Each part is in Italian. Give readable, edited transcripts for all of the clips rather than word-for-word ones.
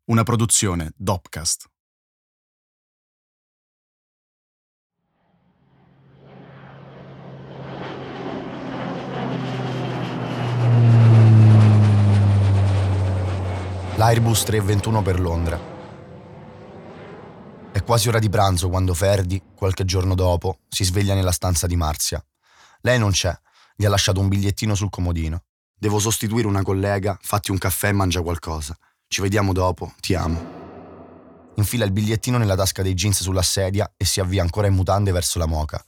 Una produzione Dopcast. L'Airbus 321 per Londra. È quasi ora di pranzo quando Ferdi, qualche giorno dopo, si sveglia nella stanza di Marzia. Lei non c'è, gli ha lasciato un bigliettino sul comodino. Devo sostituire una collega, fatti un caffè e mangia qualcosa. Ci vediamo dopo, ti amo. Infila il bigliettino nella tasca dei jeans sulla sedia e si avvia ancora in mutande verso la moka.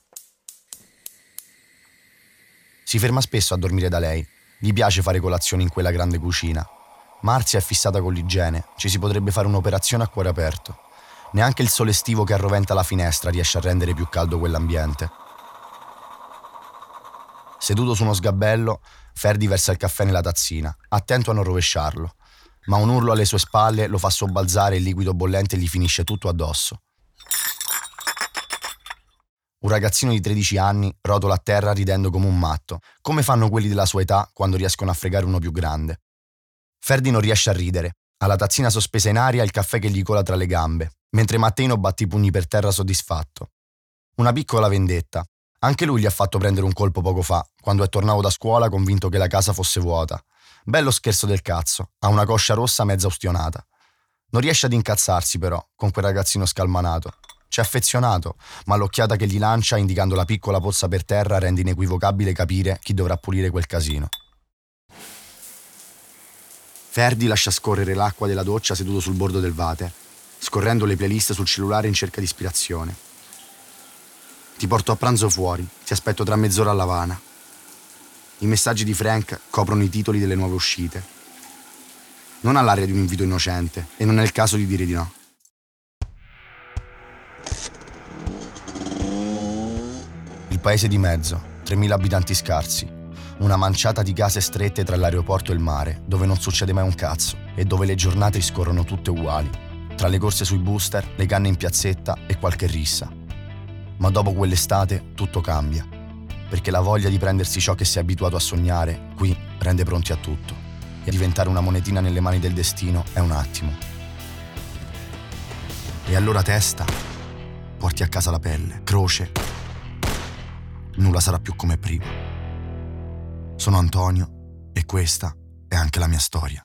Si ferma spesso a dormire da lei. Gli piace fare colazioni in quella grande cucina. Marzia è fissata con l'igiene, ci si potrebbe fare un'operazione a cuore aperto. Neanche il sole estivo che arroventa la finestra riesce a rendere più caldo quell'ambiente. Seduto su uno sgabello, Ferdi versa il caffè nella tazzina, attento a non rovesciarlo. Ma un urlo alle sue spalle lo fa sobbalzare e il liquido bollente gli finisce tutto addosso. Un ragazzino di 13 anni rotola a terra ridendo come un matto, come fanno quelli della sua età quando riescono a fregare uno più grande. Ferdi non riesce a ridere. Ha la tazzina sospesa in aria e il caffè che gli cola tra le gambe, mentre Matteino batte i pugni per terra soddisfatto. Una piccola vendetta. Anche lui gli ha fatto prendere un colpo poco fa, quando è tornato da scuola convinto che la casa fosse vuota. Bello scherzo del cazzo, ha una coscia rossa mezza ustionata. Non riesce ad incazzarsi però, con quel ragazzino scalmanato. C'è affezionato, ma l'occhiata che gli lancia indicando la piccola pozza per terra rende inequivocabile capire chi dovrà pulire quel casino. Ferdi lascia scorrere l'acqua della doccia seduto sul bordo del water, scorrendo le playlist sul cellulare in cerca di ispirazione. Ti porto a pranzo fuori, ti aspetto tra mezz'ora alla Havana. I messaggi di Frank coprono i titoli delle nuove uscite. Non ha l'aria di un invito innocente e non è il caso di dire di no. Il paese di mezzo, 3.000 abitanti scarsi. Una manciata di case strette tra l'aeroporto e il mare, dove non succede mai un cazzo e dove le giornate scorrono tutte uguali. Tra le corse sui booster, le canne in piazzetta e qualche rissa. Ma dopo quell'estate tutto cambia, perché la voglia di prendersi ciò che si è abituato a sognare qui rende pronti a tutto, e diventare una monetina nelle mani del destino è un attimo. E allora testa, porti a casa la pelle, croce, nulla sarà più come prima. Sono Antonio e questa è anche la mia storia.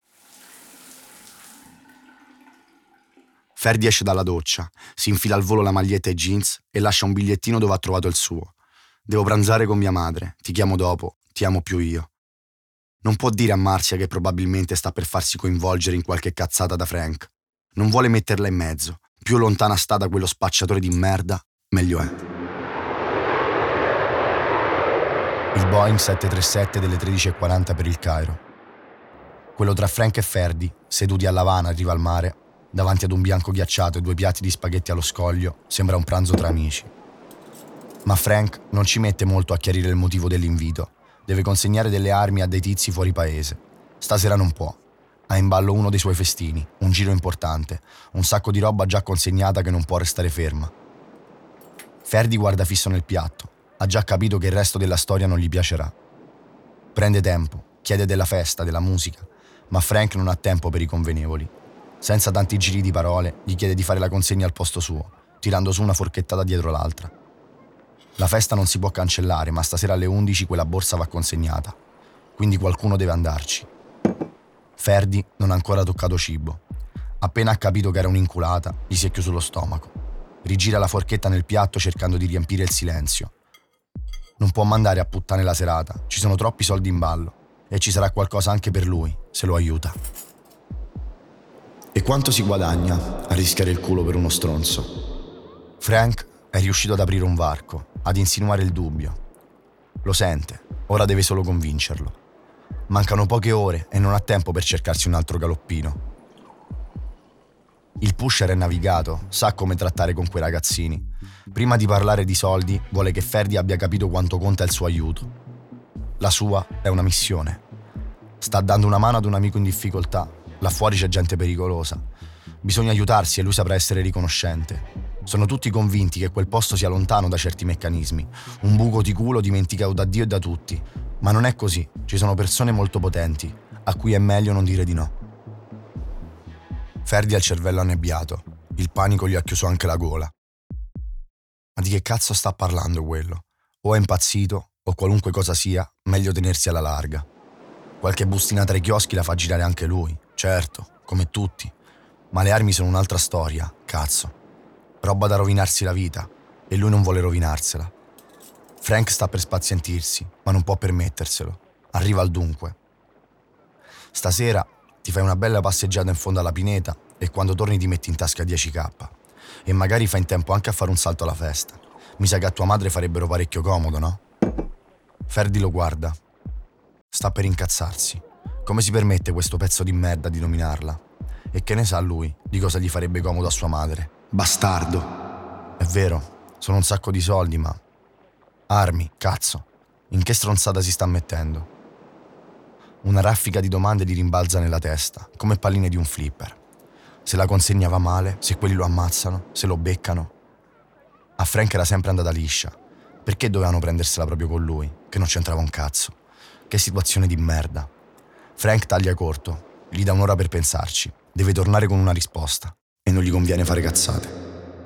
Ferdi esce dalla doccia, si infila al volo la maglietta e jeans e lascia un bigliettino dove ha trovato il suo. Devo pranzare con mia madre, ti chiamo dopo, ti amo più io. Non può dire a Marzia che probabilmente sta per farsi coinvolgere in qualche cazzata da Frank. Non vuole metterla in mezzo. Più lontana sta da quello spacciatore di merda, meglio è. Il Boeing 737 delle 13:40 per il Cairo. Quello tra Frank e Ferdi, seduti alla Havana a riva al mare, davanti ad un bianco ghiacciato e 2 piatti di spaghetti allo scoglio, sembra un pranzo tra amici. Ma Frank non ci mette molto a chiarire il motivo dell'invito. Deve consegnare delle armi a dei tizi fuori paese. Stasera non può. Ha in ballo uno dei suoi festini, un giro importante, un sacco di roba già consegnata che non può restare ferma. Ferdi guarda fisso nel piatto. Ha già capito che il resto della storia non gli piacerà. Prende tempo, chiede della festa, della musica, ma Frank non ha tempo per i convenevoli. Senza tanti giri di parole, gli chiede di fare la consegna al posto suo, tirando su una forchettata dietro l'altra. La festa non si può cancellare, ma stasera alle 11 quella borsa va consegnata. Quindi qualcuno deve andarci. Ferdi non ha ancora toccato cibo. Appena ha capito che era un'inculata, gli si è chiuso lo stomaco. Rigira la forchetta nel piatto cercando di riempire il silenzio. Non può mandare a puttane la serata, ci sono troppi soldi in ballo. E ci sarà qualcosa anche per lui, se lo aiuta. E quanto si guadagna a rischiare il culo per uno stronzo? Frank è riuscito ad aprire un varco, ad insinuare il dubbio. Lo sente, ora deve solo convincerlo. Mancano poche ore e non ha tempo per cercarsi un altro galoppino. Il pusher è navigato, sa come trattare con quei ragazzini. Prima di parlare di soldi, vuole che Ferdi abbia capito quanto conta il suo aiuto. La sua è una missione. Sta dando una mano ad un amico in difficoltà. Là fuori c'è gente pericolosa. Bisogna aiutarsi e lui saprà essere riconoscente. Sono tutti convinti che quel posto sia lontano da certi meccanismi, un buco di culo dimenticato da Dio e da tutti. Ma non è così, ci sono persone molto potenti, a cui è meglio non dire di no. Ferdi ha il cervello annebbiato, il panico gli ha chiuso anche la gola. Ma di che cazzo sta parlando quello? O è impazzito, o qualunque cosa sia, meglio tenersi alla larga. Qualche bustina tra i chioschi la fa girare anche lui, certo, come tutti. Ma le armi sono un'altra storia, cazzo. Roba da rovinarsi la vita, e lui non vuole rovinarsela. Frank sta per spazientirsi, ma non può permetterselo. Arriva al dunque. Stasera ti fai una bella passeggiata in fondo alla pineta e quando torni ti metti in tasca 10k. E magari fai in tempo anche a fare un salto alla festa. Mi sa che a tua madre farebbero parecchio comodo, no? Ferdi lo guarda. Sta per incazzarsi. Come si permette questo pezzo di merda di nominarla? E che ne sa lui di cosa gli farebbe comodo a sua madre? Bastardo. È vero, sono un sacco di soldi, ma... Armi, cazzo. In che stronzata si sta mettendo? Una raffica di domande gli rimbalza nella testa, come palline di un flipper. Se la consegna va male, se quelli lo ammazzano, se lo beccano. A Frank era sempre andata liscia. Perché dovevano prendersela proprio con lui, che non c'entrava un cazzo? Che situazione di merda. Frank taglia corto, gli dà un'ora per pensarci. Deve tornare con una risposta e non gli conviene fare cazzate.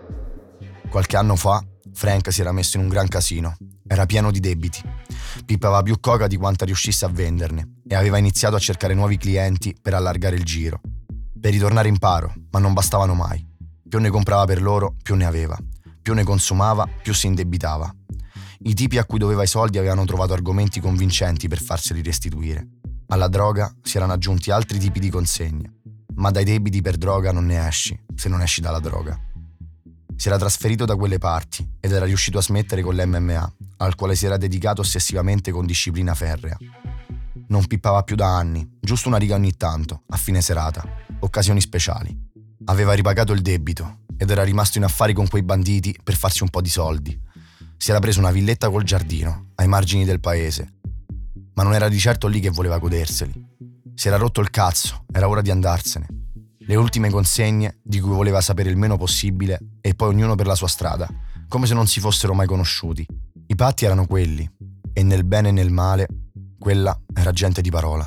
Qualche anno fa Frank si era messo in un gran casino. Era pieno di debiti. Pippava più coca di quanta riuscisse a venderne e aveva iniziato a cercare nuovi clienti per allargare il giro. Per ritornare in paro, ma non bastavano mai. Più ne comprava per loro, più ne aveva. Più ne consumava, più si indebitava. I tipi a cui doveva i soldi avevano trovato argomenti convincenti per farseli restituire. Alla droga si erano aggiunti altri tipi di consegne. Ma dai debiti per droga non ne esci, se non esci dalla droga. Si era trasferito da quelle parti ed era riuscito a smettere con l'MMA, al quale si era dedicato ossessivamente con disciplina ferrea. Non pippava più da anni, giusto una riga ogni tanto, a fine serata, occasioni speciali. Aveva ripagato il debito ed era rimasto in affari con quei banditi per farsi un po' di soldi. Si era preso una villetta col giardino, ai margini del paese. Ma non era di certo lì che voleva goderseli. Si era rotto il cazzo, era ora di andarsene. Le ultime consegne, di cui voleva sapere il meno possibile, e poi ognuno per la sua strada, come se non si fossero mai conosciuti. I patti erano quelli, e nel bene e nel male, quella era gente di parola.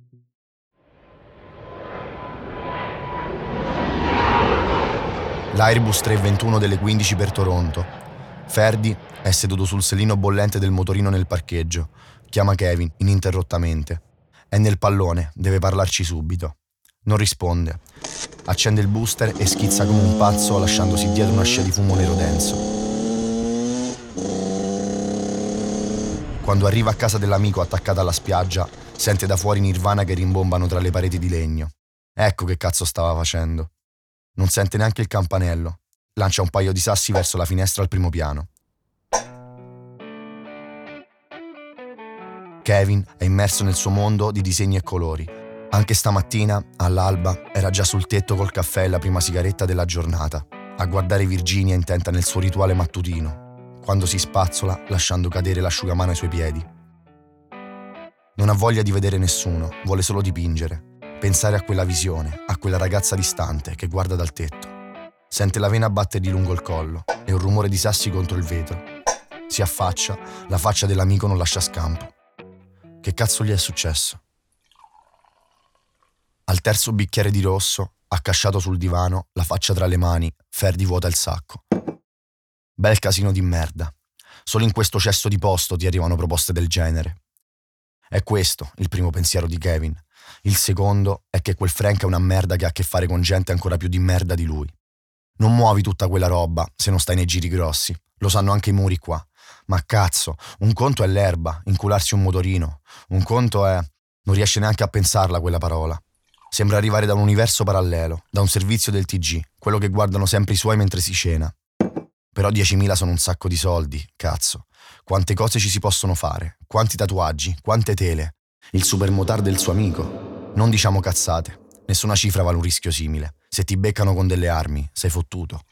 L'Airbus 321 delle 15 per Toronto. Ferdi è seduto sul selino bollente del motorino nel parcheggio. Chiama Kevin ininterrottamente. È nel pallone, deve parlarci subito. Non risponde. Accende il booster e schizza come un pazzo lasciandosi dietro una scia di fumo nero denso. Quando arriva a casa dell'amico attaccata alla spiaggia, sente da fuori Nirvana che rimbombano tra le pareti di legno. Ecco che cazzo stava facendo. Non sente neanche il campanello. Lancia un paio di sassi verso la finestra al primo piano. Kevin è immerso nel suo mondo di disegni e colori. Anche stamattina, all'alba, era già sul tetto col caffè e la prima sigaretta della giornata, a guardare Virginia intenta nel suo rituale mattutino, quando si spazzola lasciando cadere l'asciugamano ai suoi piedi. Non ha voglia di vedere nessuno, vuole solo dipingere, pensare a quella visione, a quella ragazza distante che guarda dal tetto. Sente la vena battergli lungo il collo e un rumore di sassi contro il vetro. Si affaccia, la faccia dell'amico non lascia scampo. Che cazzo gli è successo? Al terzo bicchiere di rosso, accasciato sul divano, la faccia tra le mani, Ferdi vuota il sacco. Bel casino di merda. Solo in questo cesso di posto ti arrivano proposte del genere. È questo il primo pensiero di Kevin. Il secondo è che quel Frank è una merda che ha a che fare con gente ancora più di merda di lui. Non muovi tutta quella roba se non stai nei giri grossi. Lo sanno anche i muri qua. Ma cazzo, un conto è l'erba, incularsi un motorino. Un conto è... non riesce neanche a pensarla quella parola. Sembra arrivare da un universo parallelo, da un servizio del TG, quello che guardano sempre i suoi mentre si cena. Però 10.000 sono un sacco di soldi, cazzo. Quante cose ci si possono fare, quanti tatuaggi, quante tele. Il supermotard del suo amico. Non diciamo cazzate, nessuna cifra vale un rischio simile. Se ti beccano con delle armi, sei fottuto.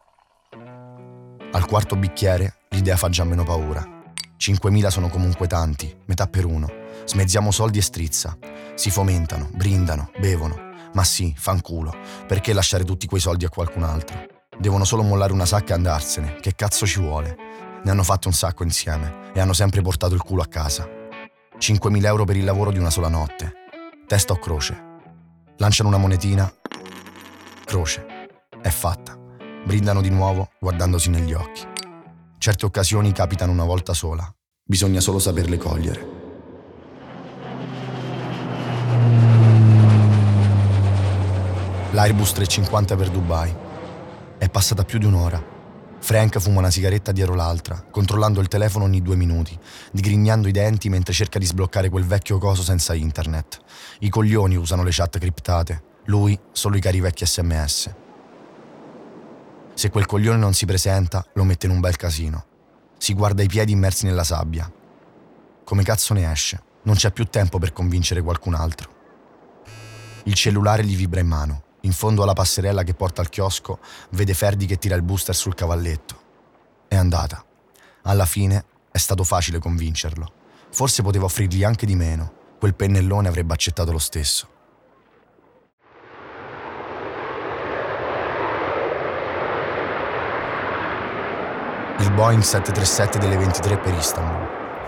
Al quarto bicchiere l'idea fa già meno paura. 5.000 sono comunque tanti, metà per uno. Smezziamo soldi e strizza. Si fomentano, brindano, bevono. Ma sì, fanculo. Perché lasciare tutti quei soldi a qualcun altro? Devono solo mollare una sacca e andarsene. Che cazzo ci vuole? Ne hanno fatto un sacco insieme e hanno sempre portato il culo a casa. 5.000 euro per il lavoro di una sola notte. Testa o croce. Lanciano una monetina. Croce. È fatta. Brindano di nuovo, guardandosi negli occhi. Certe occasioni capitano una volta sola. Bisogna solo saperle cogliere. L'Airbus 350 per Dubai. È passata più di un'ora. Frank fuma una sigaretta dietro l'altra, controllando il telefono ogni 2 minuti, digrignando i denti mentre cerca di sbloccare quel vecchio coso senza internet. I coglioni usano le chat criptate, lui solo i cari vecchi SMS. Se quel coglione non si presenta, lo mette in un bel casino. Si guarda i piedi immersi nella sabbia. Come cazzo ne esce? Non c'è più tempo per convincere qualcun altro. Il cellulare gli vibra in mano. In fondo alla passerella che porta al chiosco, vede Ferdi che tira il booster sul cavalletto. È andata. Alla fine è stato facile convincerlo. Forse poteva offrirgli anche di meno. Quel pennellone avrebbe accettato lo stesso. Il Boeing 737 delle 23 per Istanbul.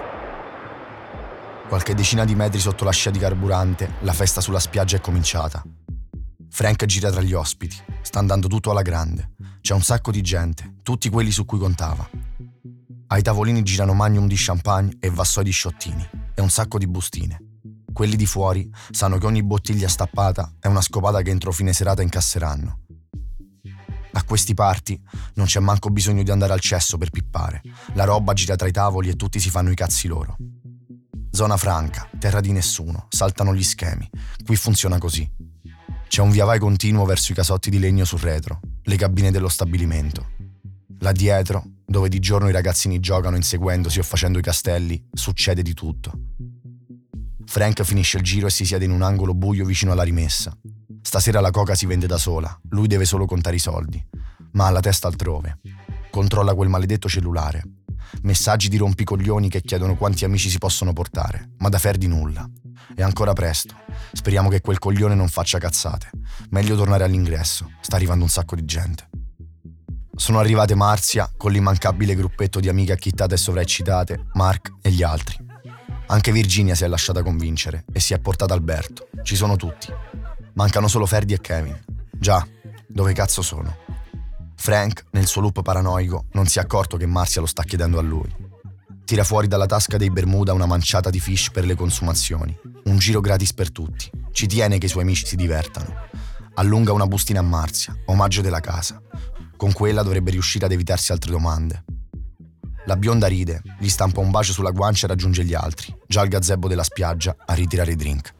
Qualche decina di metri sotto la scia di carburante, la festa sulla spiaggia è cominciata. Frank gira tra gli ospiti. Sta andando tutto alla grande. C'è un sacco di gente, tutti quelli su cui contava. Ai tavolini girano magnum di champagne e vassoi di sciottini e un sacco di bustine. Quelli di fuori sanno che ogni bottiglia stappata è una scopata che entro fine serata incasseranno. A questi party non c'è manco bisogno di andare al cesso per pippare. La roba gira tra i tavoli e tutti si fanno i cazzi loro. Zona franca, terra di nessuno, saltano gli schemi. Qui funziona così. C'è un via vai continuo verso i casotti di legno sul retro, le cabine dello stabilimento. Là dietro, dove di giorno i ragazzini giocano inseguendosi o facendo i castelli, succede di tutto. Frank finisce il giro e si siede in un angolo buio vicino alla rimessa. Stasera la coca si vende da sola, lui deve solo contare i soldi, ma ha la testa altrove. Controlla quel maledetto cellulare. Messaggi di rompicoglioni che chiedono quanti amici si possono portare, ma da Ferdi nulla. È ancora presto. Speriamo che quel coglione non faccia cazzate. Meglio tornare all'ingresso. Sta arrivando un sacco di gente. Sono arrivate Marzia con l'immancabile gruppetto di amiche accittate e sovraeccitate, Mark e gli altri. Anche Virginia si è lasciata convincere e si è portata Alberto. Ci sono tutti. Mancano solo Ferdi e Kevin. Già, dove cazzo sono? Frank, nel suo loop paranoico, non si è accorto che Marzia lo sta chiedendo a lui. Tira fuori dalla tasca dei Bermuda una manciata di fish per le consumazioni. Un giro gratis per tutti. Ci tiene che i suoi amici si divertano. Allunga una bustina a Marzia, omaggio della casa. Con quella dovrebbe riuscire ad evitarsi altre domande. La bionda ride, gli stampa un bacio sulla guancia e raggiunge gli altri, già al gazebo della spiaggia, a ritirare i drink.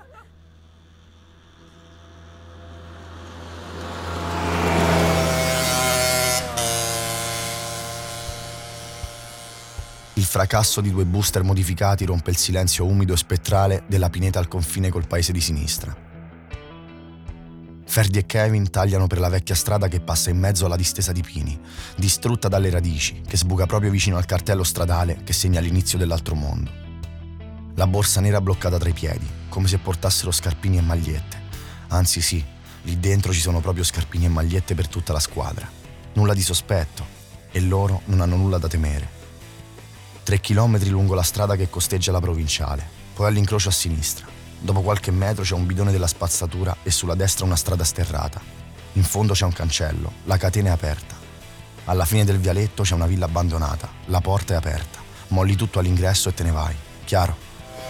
Il fracasso di 2 booster modificati rompe il silenzio umido e spettrale della pineta al confine col paese di sinistra. Ferdi e Kevin tagliano per la vecchia strada che passa in mezzo alla distesa di pini, distrutta dalle radici, che sbuca proprio vicino al cartello stradale che segna l'inizio dell'altro mondo. La borsa nera bloccata tra i piedi, come se portassero scarpini e magliette. Anzi sì, lì dentro ci sono proprio scarpini e magliette per tutta la squadra. Nulla di sospetto, e loro non hanno nulla da temere. 3 chilometri lungo la strada che costeggia la provinciale, poi all'incrocio a sinistra. Dopo qualche metro c'è un bidone della spazzatura e sulla destra una strada sterrata. In fondo c'è un cancello, la catena è aperta. Alla fine del vialetto c'è una villa abbandonata, la porta è aperta. Molli tutto all'ingresso e te ne vai, chiaro?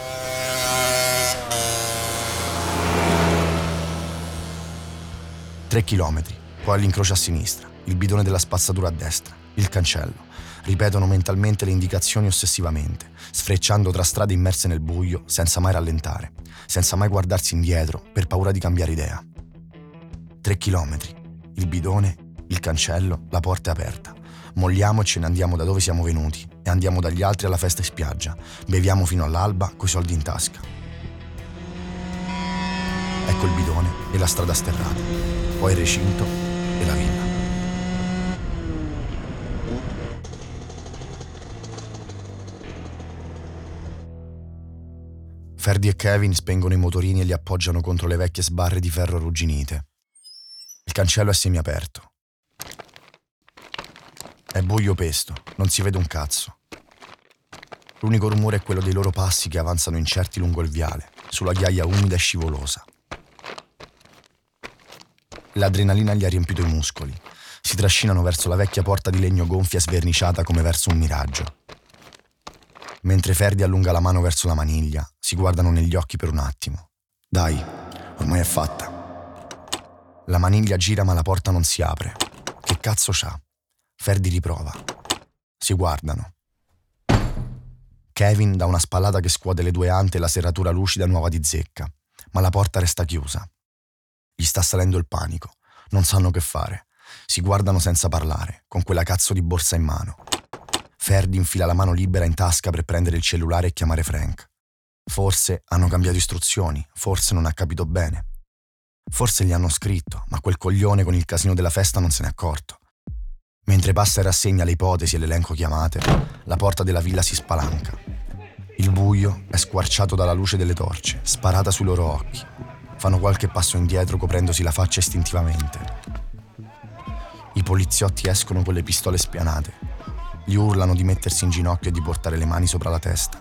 Tre chilometri, poi all'incrocio a sinistra, il bidone della spazzatura a destra, il cancello. Ripetono mentalmente le indicazioni ossessivamente, sfrecciando tra strade immerse nel buio senza mai rallentare, senza mai guardarsi indietro per paura di cambiare idea. 3 chilometri, il bidone, il cancello, la porta è aperta. Molliamo e ce ne andiamo da dove siamo venuti e andiamo dagli altri alla festa in spiaggia. Beviamo fino all'alba coi soldi in tasca. Ecco il bidone e la strada sterrata, poi il recinto e la villa. Ferdi e Kevin spengono i motorini e li appoggiano contro le vecchie sbarre di ferro arrugginite. Il cancello è semiaperto. È buio pesto, non si vede un cazzo. L'unico rumore è quello dei loro passi che avanzano incerti lungo il viale, sulla ghiaia umida e scivolosa. L'adrenalina gli ha riempito i muscoli. Si trascinano verso la vecchia porta di legno gonfia e sverniciata come verso un miraggio. Mentre Ferdi allunga la mano verso la maniglia, si guardano negli occhi per un attimo. Dai, ormai è fatta. La maniglia gira ma la porta non si apre. Che cazzo c'ha? Ferdi riprova. Si guardano. Kevin dà una spallata che scuote le due ante e la serratura lucida nuova di zecca, ma la porta resta chiusa. Gli sta salendo il panico. Non sanno che fare. Si guardano senza parlare, con quella cazzo di borsa in mano. Ferdi infila la mano libera in tasca per prendere il cellulare e chiamare Frank. Forse hanno cambiato istruzioni, forse non ha capito bene. Forse gli hanno scritto, ma quel coglione con il casino della festa non se n'è accorto. Mentre passa e rassegna le ipotesi e l'elenco chiamate, la porta della villa si spalanca. Il buio è squarciato dalla luce delle torce, sparata sui loro occhi. Fanno qualche passo indietro coprendosi la faccia istintivamente. I poliziotti escono con le pistole spianate. Gli urlano di mettersi in ginocchio e di portare le mani sopra la testa.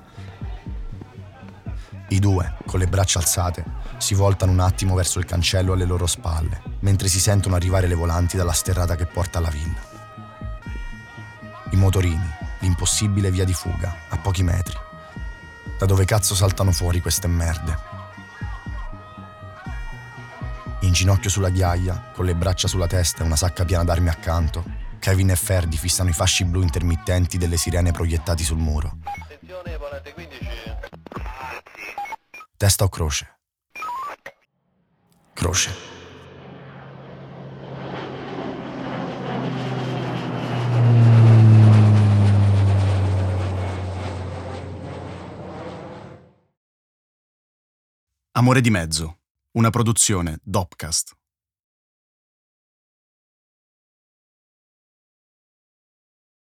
I due, con le braccia alzate, si voltano un attimo verso il cancello alle loro spalle, mentre si sentono arrivare le volanti dalla sterrata che porta alla villa. I motorini, l'impossibile via di fuga, a pochi metri. Da dove cazzo saltano fuori queste merde? In ginocchio sulla ghiaia, con le braccia sulla testa e una sacca piena d'armi accanto, Kevin e Ferdi fissano i fasci blu intermittenti delle sirene proiettati sul muro. Attenzione, volante 15. Testa o croce? Croce. Amore di mezzo, una produzione Dopcast.